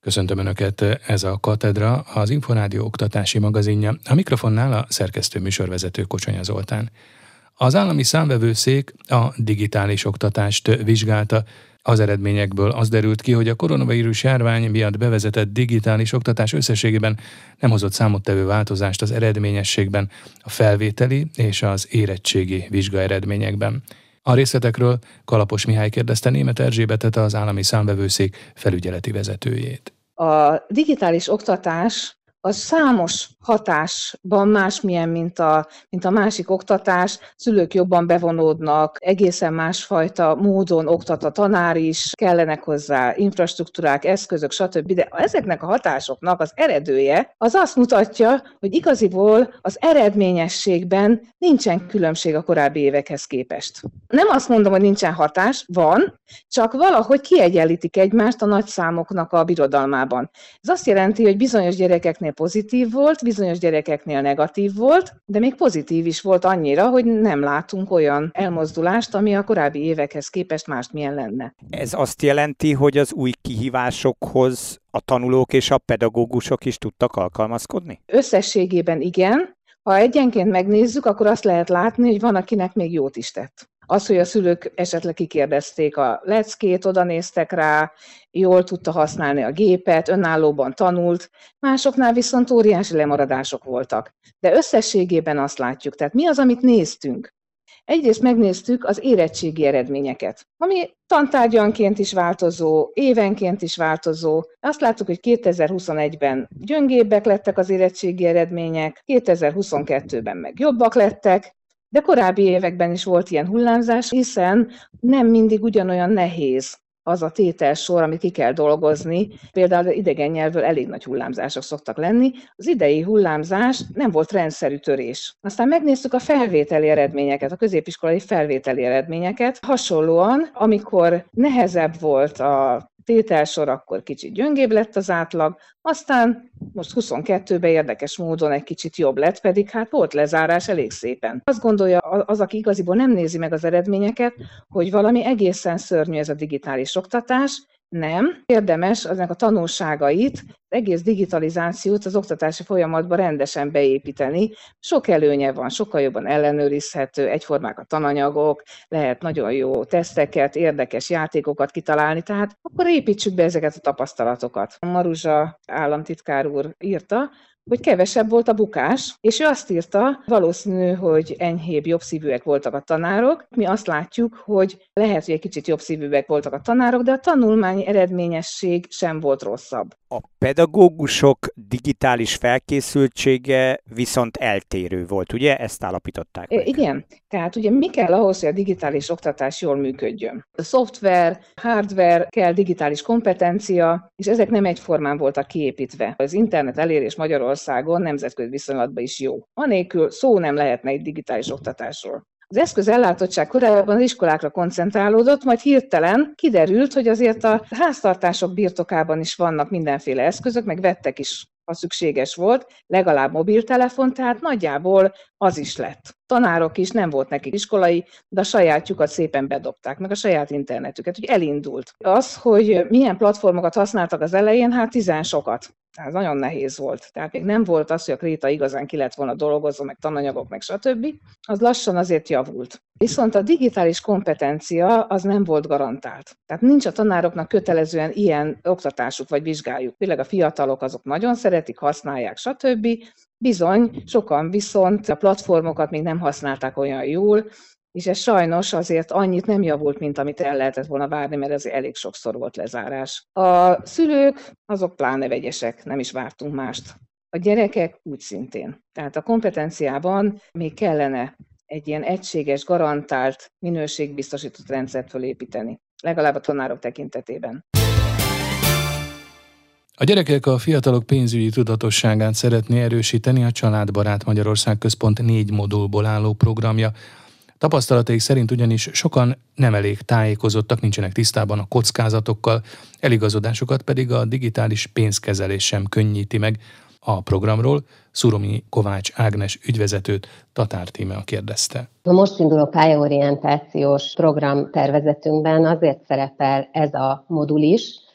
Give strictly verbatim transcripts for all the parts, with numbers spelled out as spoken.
Köszöntöm Önöket, ez a Katedra, az Inforádió oktatási magazinja. A mikrofonnál a szerkesztő műsorvezető Kocsonya Zoltán. Az állami számvevőszék a digitális oktatást vizsgálta. Az eredményekből az derült ki, hogy a koronavírus járvány miatt bevezetett digitális oktatás összességében nem hozott számottevő változást az eredményességben, a felvételi és az érettségi vizsgaeredményekben. A részletekről Kalapos Mihály kérdezte Németh Erzsébetet, az állami számvevőszék felügyeleti vezetőjét. A digitális oktatás az számos hatásban másmilyen, mint a, mint a másik oktatás. Szülők jobban bevonódnak, egészen másfajta módon oktat a tanár is, kellenek hozzá infrastruktúrák, eszközök, stb. De ezeknek a hatásoknak az eredője az azt mutatja, hogy igaziból az eredményességben nincsen különbség a korábbi évekhez képest. Nem azt mondom, hogy nincsen hatás, van, csak valahogy kiegyenlítik egymást a nagy számoknak a birodalmában. Ez azt jelenti, hogy bizonyos gyerekeknél pozitív volt, bizonyos gyerekeknél negatív volt, de még pozitív is volt annyira, hogy nem látunk olyan elmozdulást, ami a korábbi évekhez képest másmilyen lenne. Ez azt jelenti, hogy az új kihívásokhoz a tanulók és a pedagógusok is tudtak alkalmazkodni? Összességében igen. Ha egyenként megnézzük, akkor azt lehet látni, hogy van, akinek még jót is tett. Az, hogy a szülők esetleg kikérdezték a leckét, oda néztek rá, jól tudta használni a gépet, önállóban tanult, másoknál viszont óriási lemaradások voltak. De összességében azt látjuk, tehát mi az, amit néztünk? Egyrészt megnéztük az érettségi eredményeket, ami tantárgyanként is változó, évenként is változó. Azt láttuk, hogy kétezer-huszonegyben gyöngébbek lettek az érettségi eredmények, kétezer-huszonkettőben meg jobbak lettek, de korábbi években is volt ilyen hullámzás, hiszen nem mindig ugyanolyan nehéz az a tételsor, amit ki kell dolgozni. Például idegen nyelvből elég nagy hullámzások szoktak lenni. Az idei hullámzás nem volt rendszerű törés. Aztán megnéztük a felvételi eredményeket, a középiskolai felvételi eredményeket. Hasonlóan, amikor nehezebb volt a tételsor, akkor kicsit gyöngébb lett az átlag, aztán most huszonkettőben érdekes módon egy kicsit jobb lett, pedig hát volt lezárás elég szépen. Azt gondolja az, aki igaziból nem nézi meg az eredményeket, hogy valami egészen szörnyű ez a digitális oktatás. Nem. Érdemes aznak a tanulságait, az egész digitalizációt az oktatási folyamatban rendesen beépíteni. Sok előnye van, sokkal jobban ellenőrizhető, egyformák a tananyagok, lehet nagyon jó teszteket, érdekes játékokat kitalálni, tehát akkor építsük be ezeket a tapasztalatokat. Maruzsa államtitkár úr írta, hogy kevesebb volt a bukás, és ő azt írta, valószínű, hogy enyhébb, jobbszívűek voltak a tanárok. Mi azt látjuk, hogy lehet, hogy egy kicsit jobbszívűek voltak a tanárok, de a tanulmányi eredményesség sem volt rosszabb. A pedagógusok digitális felkészültsége viszont eltérő volt, ugye? Ezt állapították meg. Igen. Tehát ugye mi kell ahhoz, hogy a digitális oktatás jól működjön? A szoftver, hardware kell, digitális kompetencia, és ezek nem egyformán voltak kiépítve. Az internet elérés Magyarországon nemzetközi viszonylatban is jó. Anélkül szó nem lehetne egy digitális oktatásról. Az eszköz ellátottság korábban az iskolákra koncentrálódott, majd hirtelen kiderült, hogy azért a háztartások birtokában is vannak mindenféle eszközök, meg vettek is, ha szükséges volt, legalább mobiltelefon, tehát nagyjából az is lett. Tanárok is, nem volt nekik iskolai, de a sajátjukat szépen bedobták, meg a saját internetüket, hogy elindult. Az, hogy milyen platformokat használtak az elején, hát tizen sokat. Ez nagyon nehéz volt. Tehát még nem volt az, hogy a kréta igazán ki lett volna dolgozva, meg tananyagok, meg stb. Az lassan azért javult. Viszont a digitális kompetencia az nem volt garantált. Tehát nincs a tanároknak kötelezően ilyen oktatásuk vagy vizsgájuk. Tényleg a fiatalok azok nagyon szeretik, használják, stb. Bizony, sokan viszont a platformokat még nem használták olyan jól, és ez sajnos azért annyit nem javult, mint amit el lehetett volna várni, mert ez elég sokszor volt lezárás. A szülők azok pláne vegyesek, nem is vártunk mást. A gyerekek úgy szintén. Tehát a kompetenciában még kellene egy ilyen egységes, garantált, minőségbiztosított rendszert fölépíteni, legalább a tanárok tekintetében. A gyerekek, a fiatalok pénzügyi tudatosságát szeretné erősíteni a Családbarát Magyarország Központ négy modulból álló programja. Tapasztalataik szerint ugyanis sokan nem elég tájékozottak, nincsenek tisztában a kockázatokkal, eligazodásokat pedig a digitális pénzkezelés sem könnyíti meg. A programról Szuromi Kovács Ágnes ügyvezetőt Tatár Tímea kérdezte. A most induló pályaorientációs program tervezetünkben azért szerepel ez a modul is,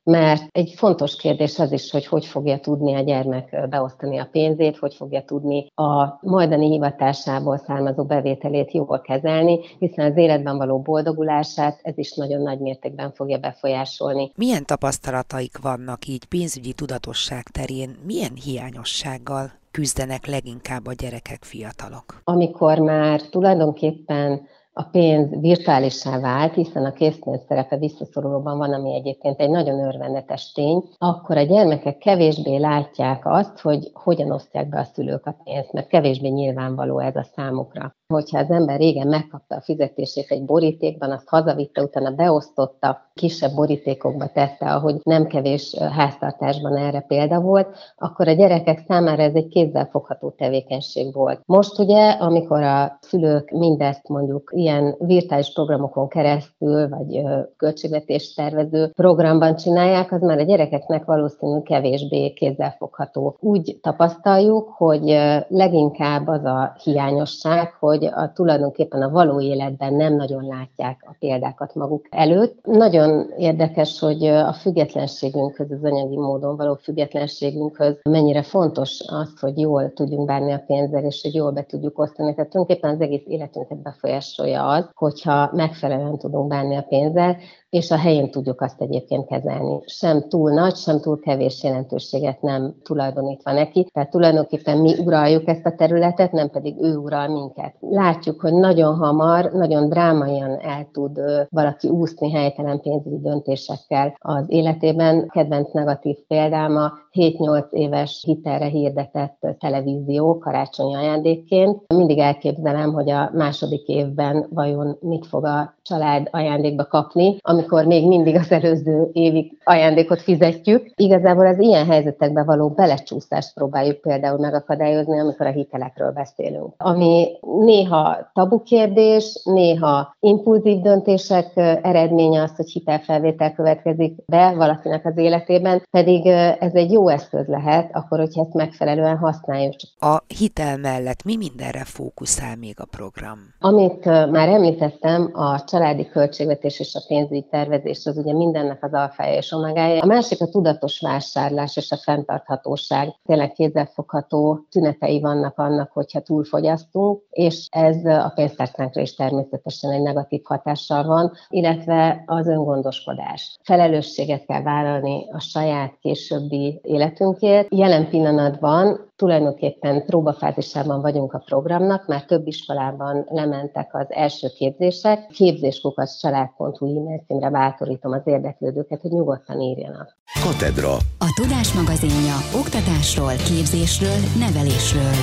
mert egy fontos kérdés az is, hogy hogy fogja tudni a gyermek beosztani a pénzét, hogy fogja tudni a majdani hivatásából származó bevételét jól kezelni, hiszen az életben való boldogulását ez is nagyon nagy mértékben fogja befolyásolni. Milyen tapasztalataik vannak így pénzügyi tudatosság terén, milyen hiányossággal küzdenek leginkább a gyerekek, fiatalok? Amikor már tulajdonképpen a pénz virtuálissá vált, hiszen a készpénz szerepe visszaszorulóban van, ami egyébként egy nagyon örvendetes tény, akkor a gyermekek kevésbé látják azt, hogy hogyan osztják be a szülők a pénzt, mert kevésbé nyilvánvaló ez a számukra. Hogyha az ember régen megkapta a fizetését egy borítékban, azt hazavitte, utána beosztotta, kisebb borítékokba tette, ahogy nem kevés háztartásban erre példa volt, akkor a gyerekek számára ez egy kézzelfogható tevékenység volt. Most ugye, amikor a szülők mindezt mondjuk ilyen virtuális programokon keresztül, vagy költségvetés tervező programban csinálják, az már a gyerekeknek valószínűleg kevésbé kézzelfogható. Úgy tapasztaljuk, hogy leginkább az a hiányosság, hogy a, tulajdonképpen a való életben nem nagyon látják a példákat maguk előtt. Nagyon érdekes, hogy a függetlenségünkhöz, az anyagi módon való függetlenségünkhöz mennyire fontos az, hogy jól tudjunk bánni a pénzzel, és hogy jól be tudjuk osztani. Tehát tulajdonképpen az egész életünket befolyásolja az, hogyha megfelelően tudunk bánni a pénzzel, és a helyén tudjuk azt egyébként kezelni. Sem túl nagy, sem túl kevés jelentőséget nem tulajdonítva neki. Tehát tulajdonképpen mi uraljuk ezt a területet, nem pedig ő ural minket. Látjuk, hogy nagyon hamar, nagyon drámaian el tud valaki úszni helytelen pénzügyi döntésekkel az életében. Kedvenc negatív példám a hét-nyolc éves hitelre hirdetett televízió karácsonyi ajándékként. Mindig elképzelem, hogy a második évben vajon mit fog a család ajándékba kapni, amikor még mindig az előző évi ajándékot fizetjük. Igazából az ilyen helyzetekbe való belecsúszást próbáljuk például megakadályozni, amikor a hitelekről beszélünk. Ami néha tabu kérdés, néha impulzív döntések eredménye az, hogy hitelfelvétel következik be valakinek az életében, pedig ez egy jó eszköz lehet, akkor, hogyha ezt megfelelően használjuk. A hitel mellett mi mindenre fókuszál még a program? Amit már említettem, a családi költségvetés és a pénzügyi tervezés az ugye mindennek az alfája és omegája. A másik a tudatos vásárlás és a fenntarthatóság. Tényleg kézzelfogható tünetei vannak annak, hogyha túlfogyasztunk, és ez a pénztárcánkra is természetesen egy negatív hatással van, illetve az öngondoskodás. Felelősséget kell vállalni a saját későbbi életünkért. Jelen pillanatban tulajdonképpen próbafázisában vagyunk a programnak, már több iskolában lementek az első képzések. képzéskukac család pont hu e-mail címre bátorítom az érdeklődőket, hogy nyugodtan írjanak. Katedra. A Tudás magazinja oktatásról, képzésről, nevelésről.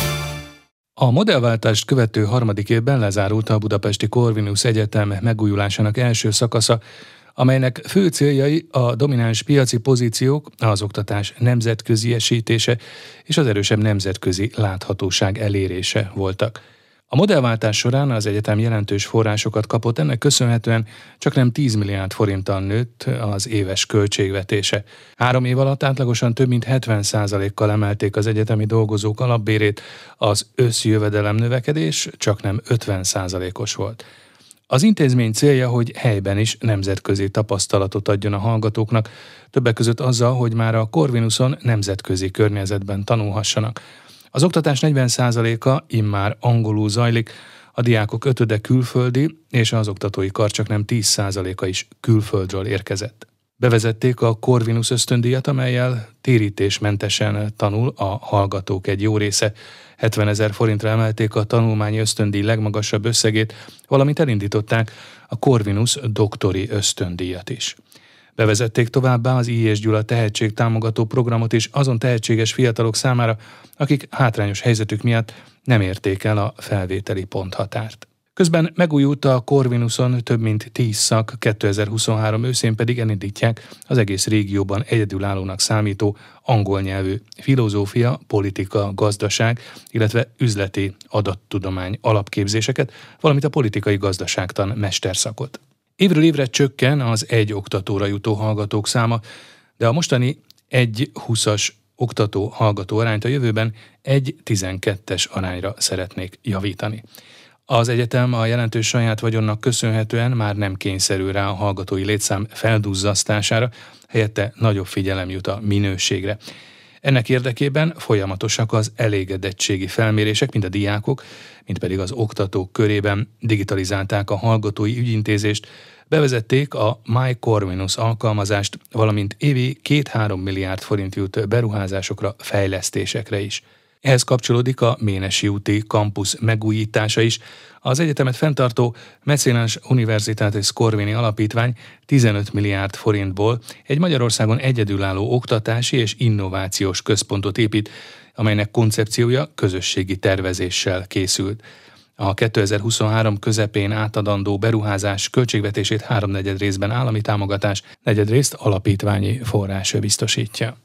A modellváltást követő harmadik évben lezárult a Budapesti Corvinus Egyetem megújulásának első szakasza, amelynek fő céljai a domináns piaci pozíciók, az oktatás nemzetköziesítése és az erősebb nemzetközi láthatóság elérése voltak. A modellváltás során az egyetem jelentős forrásokat kapott, ennek köszönhetően csaknem tíz milliárd forinttal nőtt az éves költségvetése. Három év alatt átlagosan több mint hetven százalékkal emelték az egyetemi dolgozók alapbérét, az összjövedelem növekedés csaknem ötven százalékos volt. Az intézmény célja, hogy helyben is nemzetközi tapasztalatot adjon a hallgatóknak, többek között azzal, hogy már a Corvinuson nemzetközi környezetben tanulhassanak. Az oktatás negyven százaléka immár angolul zajlik, a diákok ötöde külföldi, és az oktatói kar csaknem tíz százaléka is külföldről érkezett. Bevezették a Corvinus ösztöndíjat, amellyel térítésmentesen tanul a hallgatók egy jó része. hetvenezer forintra emelték a tanulmányi ösztöndíj legmagasabb összegét, valamint elindították a Corvinus doktori ösztöndíjat is. Bevezették továbbá az I. és Gyula tehetségtámogató programot is azon tehetséges fiatalok számára, akik hátrányos helyzetük miatt nem érték el a felvételi ponthatárt. Közben megújult a Corvinuson több mint tíz szak, kétezer-huszonhárom őszén pedig elindítják az egész régióban egyedülállónak számító angol nyelvű filozófia, politika, gazdaság, illetve üzleti adattudomány alapképzéseket, valamint a politikai gazdaságtan mesterszakot. Évről évre csökken az egy oktatóra jutó hallgatók száma, de a mostani egy húszas oktató-hallgató arányt a jövőben egy tizenkettes arányra szeretnék javítani. Az egyetem a jelentős saját vagyonnak köszönhetően már nem kényszerül rá a hallgatói létszám felduzzasztására, helyette nagyobb figyelem jut a minőségre. Ennek érdekében folyamatosak az elégedettségi felmérések, mind a diákok, mind pedig az oktatók körében digitalizálták a hallgatói ügyintézést, bevezették a My Corvinus alkalmazást, valamint évi két-három milliárd forint jut beruházásokra, fejlesztésekre is. Ehhez kapcsolódik a Ménesi úti kampusz megújítása is. Az egyetemet fenntartó Mecenas Universitatis Corvini alapítvány tizenöt milliárd forintból egy Magyarországon egyedülálló oktatási és innovációs központot épít, amelynek koncepciója közösségi tervezéssel készült. A kétezer-huszonhárom közepén átadandó beruházás költségvetését háromnegyed részben állami támogatás, negyedrészt alapítványi forrás biztosítja.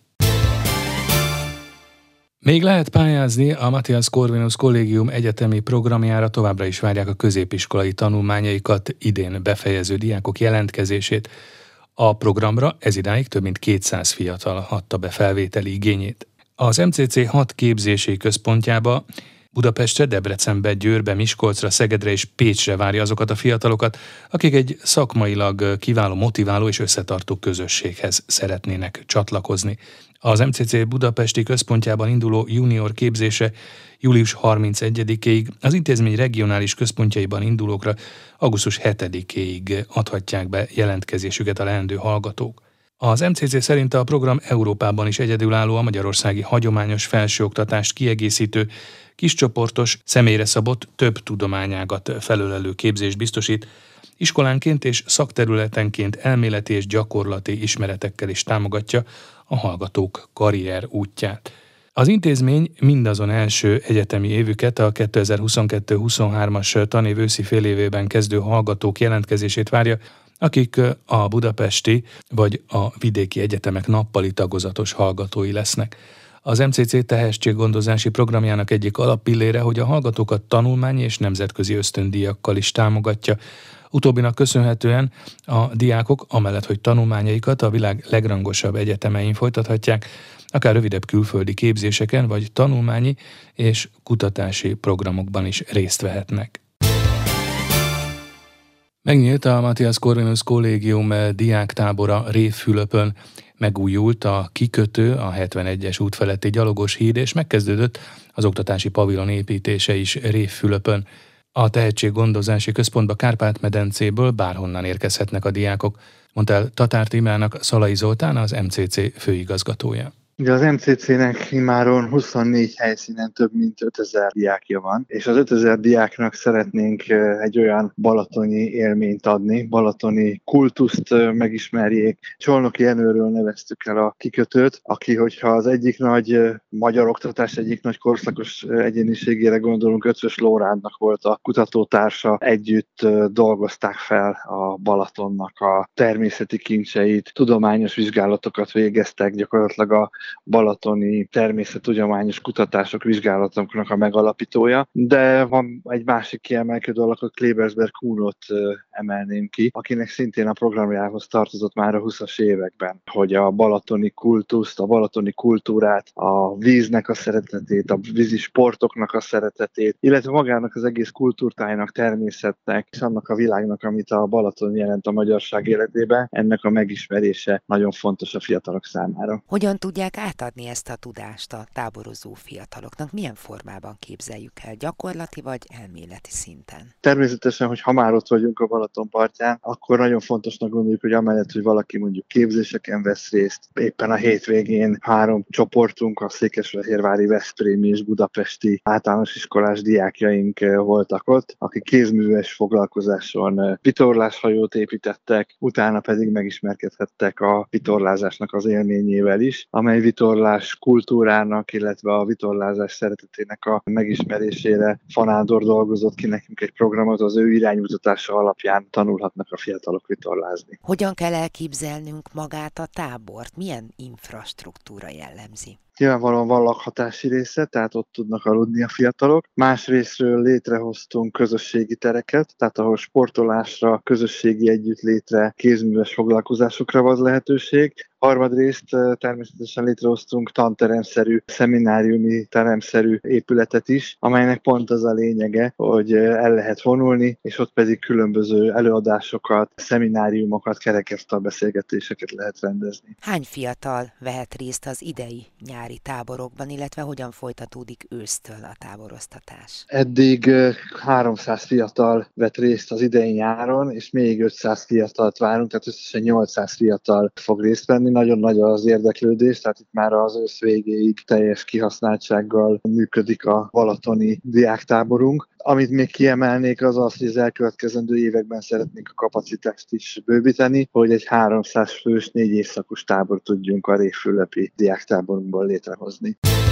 Még lehet pályázni a Matthias Corvinus Kollégium egyetemi programjára, továbbra is várják a középiskolai tanulmányaikat idén befejező diákok jelentkezését. A programra ezidáig több mint kétszáz fiatal adta be felvételi igényét. Az em cé cé hat képzési központjába Budapestre, Debrecenbe, Győrbe, Miskolcra, Szegedre és Pécsre várja azokat a fiatalokat, akik egy szakmailag kiváló, motiváló és összetartó közösséghez szeretnének csatlakozni. Az em cé cé budapesti központjában induló junior képzése július harmincegyedikéig, az intézmény regionális központjaiban indulókra augusztus hetedikéig adhatják be jelentkezésüket a leendő hallgatók. Az em cé cé szerint a program Európában is egyedülálló, a magyarországi hagyományos felsőoktatást kiegészítő, kiscsoportos, személyre szabott, több tudományágat felölelő képzést biztosít, iskolánként és szakterületenként elméleti és gyakorlati ismeretekkel is támogatja a hallgatók karrier útját. Az intézmény mindazon első egyetemi évüket, a kétezer-huszonkettő-huszonhármas tanév őszi félévében kezdő hallgatók jelentkezését várja, akik a budapesti vagy a vidéki egyetemek nappali tagozatos hallgatói lesznek. Az em cé cé tehetséggondozási programjának egyik alappillére, hogy a hallgatókat tanulmányi és nemzetközi ösztöndíjakkal is támogatja. Utóbbinak köszönhetően a diákok, amellett, hogy tanulmányaikat a világ legrangosabb egyetemein folytathatják, akár rövidebb külföldi képzéseken vagy tanulmányi és kutatási programokban is részt vehetnek. Megnyílt a Matthias Corvinus Kollégium diáktábora Révfülöpön, megújult a kikötő, a hetvenegyes út feletti gyalogos híd, és megkezdődött az oktatási pavilon építése is Révfülöpön. A tehetséggondozási központba Kárpát-medencéből bárhonnan érkezhetnek a diákok, mondta el Tatár Tímának Szalai Zoltán, az em cé cé főigazgatója. Ugye az em cé cének immáron huszonnégy helyszínen több mint ötezer diákja van, és az ötezer diáknak szeretnénk egy olyan balatoni élményt adni, balatoni kultuszt megismerjék. Csolnoki Jenőről neveztük el a kikötőt, aki, hogyha az egyik nagy magyar oktatás egyik nagy korszakos egyéniségére gondolunk, Ötvös Lórántnak volt a kutatótársa, együtt dolgozták fel a Balatonnak a természeti kincseit, tudományos vizsgálatokat végeztek, gyakorlatilag a balatoni természettudományos kutatások, vizsgálatoknak a megalapítója, de van egy másik kiemelkedő alak, a Klebersberg Kunot emelném ki, akinek szintén a programjához tartozott már a huszas években, hogy a balatoni kultuszt, a balatoni kultúrát, a víznek a szeretetét, a vízi sportoknak a szeretetét, illetve magának az egész kultúrtájnak, természetnek és annak a világnak, amit a Balaton jelent a magyarság életében, ennek a megismerése nagyon fontos a fiatalok számára. Hogyan tudják átadni ezt a tudást a táborozó fiataloknak? Milyen formában képzeljük el? Gyakorlati vagy elméleti szinten? Természetesen, hogy ha már ott vagyunk a Balaton partján, akkor nagyon fontosnak gondoljuk, hogy amellett, hogy valaki mondjuk képzéseken vesz részt, éppen a hétvégén három csoportunk, a székesfehérvári, veszprémi és budapesti általános iskolás diákjaink voltak ott, akik kézműves foglalkozáson vitorláshajót építettek, utána pedig megismerkedhettek a vitorlázásnak az élményével is, amely vitorlás kultúrának, illetve a vitorlázás szeretetének a megismerésére Fanándor dolgozott ki nekünk egy programot, az ő iránymutatása alapján tanulhatnak a fiatalok vitorlázni. Hogyan kell elképzelnünk magát a tábort? Milyen infrastruktúra jellemzi? nyilvánvalóan van lakhatási része, tehát ott tudnak aludni a fiatalok. Másrésztről létrehoztunk közösségi tereket, tehát ahol sportolásra, közösségi együttlétre, kézműves foglalkozásokra van lehetőség. Harmadrészt természetesen létrehoztunk tanteremszerű, szemináriumi teremszerű épületet is, amelynek pont az a lényege, hogy el lehet vonulni, és ott pedig különböző előadásokat, szemináriumokat, kerekasztal beszélgetéseket lehet rendezni. Hány fiatal vehet részt az idei nyári táborokban, illetve hogyan folytatódik ősztől a táboroztatás? Eddig háromszáz fiatal vett részt az idei nyáron, és még ötszáz fiatalt várunk, tehát összesen nyolcszáz fiatal fog részt venni. Nagyon nagy az érdeklődés, tehát itt már az ősz végéig teljes kihasználtsággal működik a balatoni diáktáborunk. Amit még kiemelnék az az, hogy az elkövetkezendő években szeretnénk a kapacitást is bővíteni, hogy egy háromszáz fős, négy évszakos tábor tudjunk a Révfülöpi diáktáborunkból létrehozni.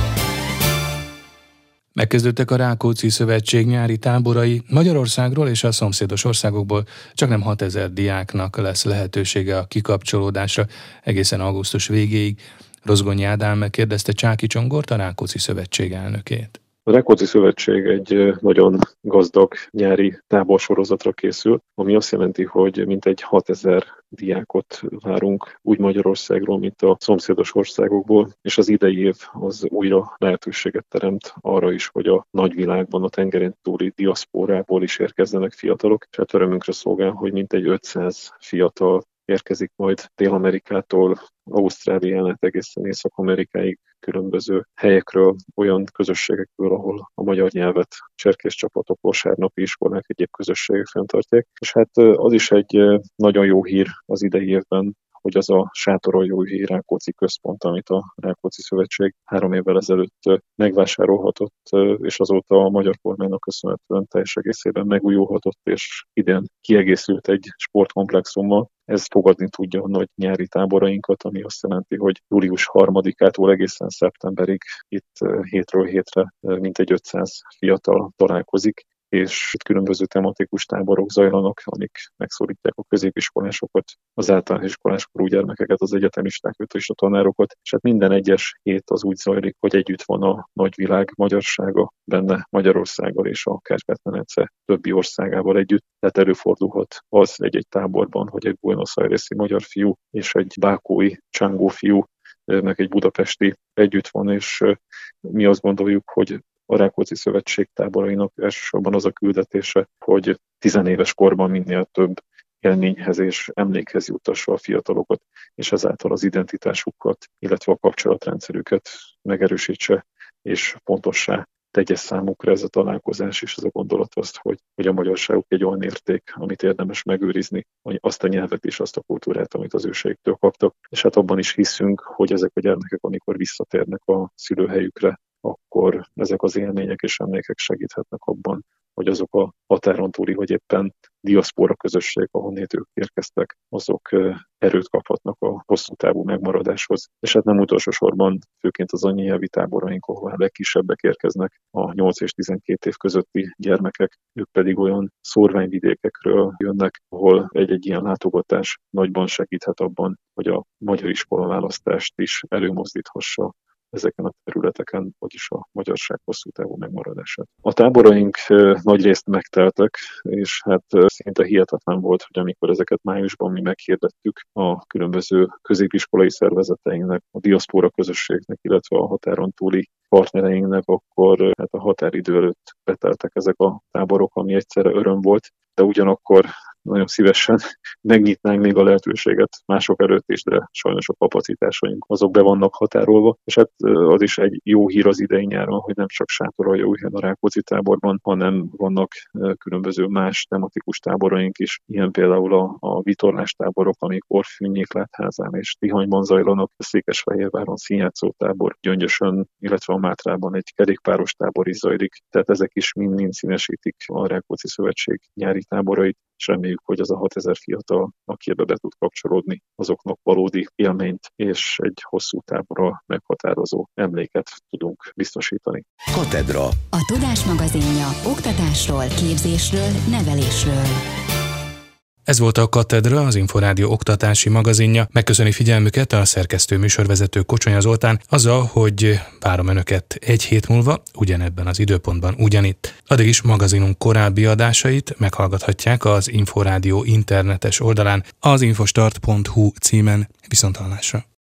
Megkezdődtek a Rákóczi Szövetség nyári táborai. Magyarországról és a szomszédos országokból csaknem hatezer diáknak lesz lehetősége a kikapcsolódásra egészen augusztus végéig. Rozgonyi Ádám kérdezte Csáky Csongort, a Rákóczi Szövetség elnökét. A Rákóczi Szövetség egy nagyon gazdag nyári táborsorozatra készül, ami azt jelenti, hogy mintegy hatezer diákot várunk úgy Magyarországról, mint a szomszédos országokból, és az idei év az újra lehetőséget teremt arra is, hogy a nagyvilágban, a tengeren túli diaszpórából is érkezzenek fiatalok, és hát örömünkre szolgál, hogy mintegy ötszáz fiatal érkezik majd Dél-Amerikától, Ausztrálián át egészen Észak-Amerikáig, különböző helyekről, olyan közösségekből, ahol a magyar nyelvet cserkészcsapatok, vasárnapi iskolák, egyéb közösségek fenntartják. És hát az is egy nagyon jó hír az idei évben, hogy az a Sátoraljói Rákóczi Központ, amit a Rákóczi Szövetség három évvel ezelőtt megvásárolhatott, és azóta a magyar kormánynak köszönhetően teljes egészében megújulhatott, és idén kiegészült egy sportkomplexummal. Ez fogadni tudja a nagy nyári táborainkat, ami azt jelenti, hogy július harmadikától egészen szeptemberig itt hétről hétre mintegy ötszáz fiatal találkozik, és itt különböző tematikus táborok zajlanak, amik megszólítják a középiskolásokat, az általános iskoláskorú gyermekeket, az egyetemistákat és a tanárokat, és hát minden egyes hét az úgy zajlik, hogy együtt van a nagyvilág magyarsága benne Magyarországgal és a Kárpát-medence többi országával együtt. Tehát előfordulhat az egy-egy táborban, hogy egy Buenos Aires-i magyar fiú és egy bákói csángó fiú, meg egy budapesti együtt van, és mi azt gondoljuk, hogy a Rákóczi Szövetség táborainak elsősorban az a küldetése, hogy tizenéves korban minél több élményhez és emlékhez juttassa a fiatalokat, és ezáltal az identitásukat, illetve a kapcsolatrendszerüket megerősítse, és pontossá tegye számukra ez a találkozás és ez a gondolat azt, hogy, hogy a magyarságuk egy olyan érték, amit érdemes megőrizni, azt a nyelvet és azt a kultúrát, amit az őseiktől kaptak. És hát abban is hiszünk, hogy ezek a gyermekek, amikor visszatérnek a szülőhelyükre, akkor ezek az élmények és emlékek segíthetnek abban, hogy azok a határon túli, vagy éppen diaszpóra közösség, ahonnét ők érkeztek, azok erőt kaphatnak a hosszú távú megmaradáshoz. És hát nem utolsó sorban, főként az anyanyelvi táboraink, ahol a legkisebbek érkeznek, a nyolc és tizenkét év közötti gyermekek, ők pedig olyan szórványvidékekről jönnek, ahol egy-egy ilyen látogatás nagyban segíthet abban, hogy a magyar iskola választást is előmozdíthassa ezeken a területeken, vagyis a magyarság hosszú távú megmaradását. A táboraink nagy részt megteltek, és hát szinte hihetetlen volt, hogy amikor ezeket májusban mi meghirdettük a különböző középiskolai szervezeteinknek, a diaszpóra közösségnek, illetve a határon túli partnereinknek, akkor hát a határidő előtt beteltek ezek a táborok, ami egyszerre öröm volt, de ugyanakkor nagyon szívesen megnyitnánk még a lehetőséget mások előtt is, de sajnos a kapacitásaink azok be vannak határolva. És hát az is egy jó hír az idei nyáron, hogy nem csak Sátoraljaújhelyen a Rákóczi táborban, hanem vannak különböző más tematikus táboraink is, ilyen például a, a vitorlás táborok, amik Orfű, Nyéklátházán és Tihanyban zajlanak, a Székesfehérváron színjátszó tábor, Gyöngyösön, illetve a Mátrában egy kerékpáros tábor is zajlik. Tehát ezek is mind-mind színesítik a Rákóczi Szövetség nyári táborait, és reméljük, hogy az a hatezer fiatal, aki ebbe be tud kapcsolódni, azoknak valódi élményt és egy hosszú távra meghatározó emléket tudunk biztosítani. Katedra. A Tudás magazinja oktatásról, képzésről, nevelésről. Ez volt a Katedra, az Inforádió oktatási magazinja. Megköszöni figyelmüket a szerkesztő műsorvezető Kocsonya Zoltán azzal, hogy várom önöket egy hét múlva, ugyanebben az időpontban ugyanitt. Addig is magazinunk korábbi adásait meghallgathatják az Inforádió internetes oldalán, az infostart pont hu címen. Viszonthallásra!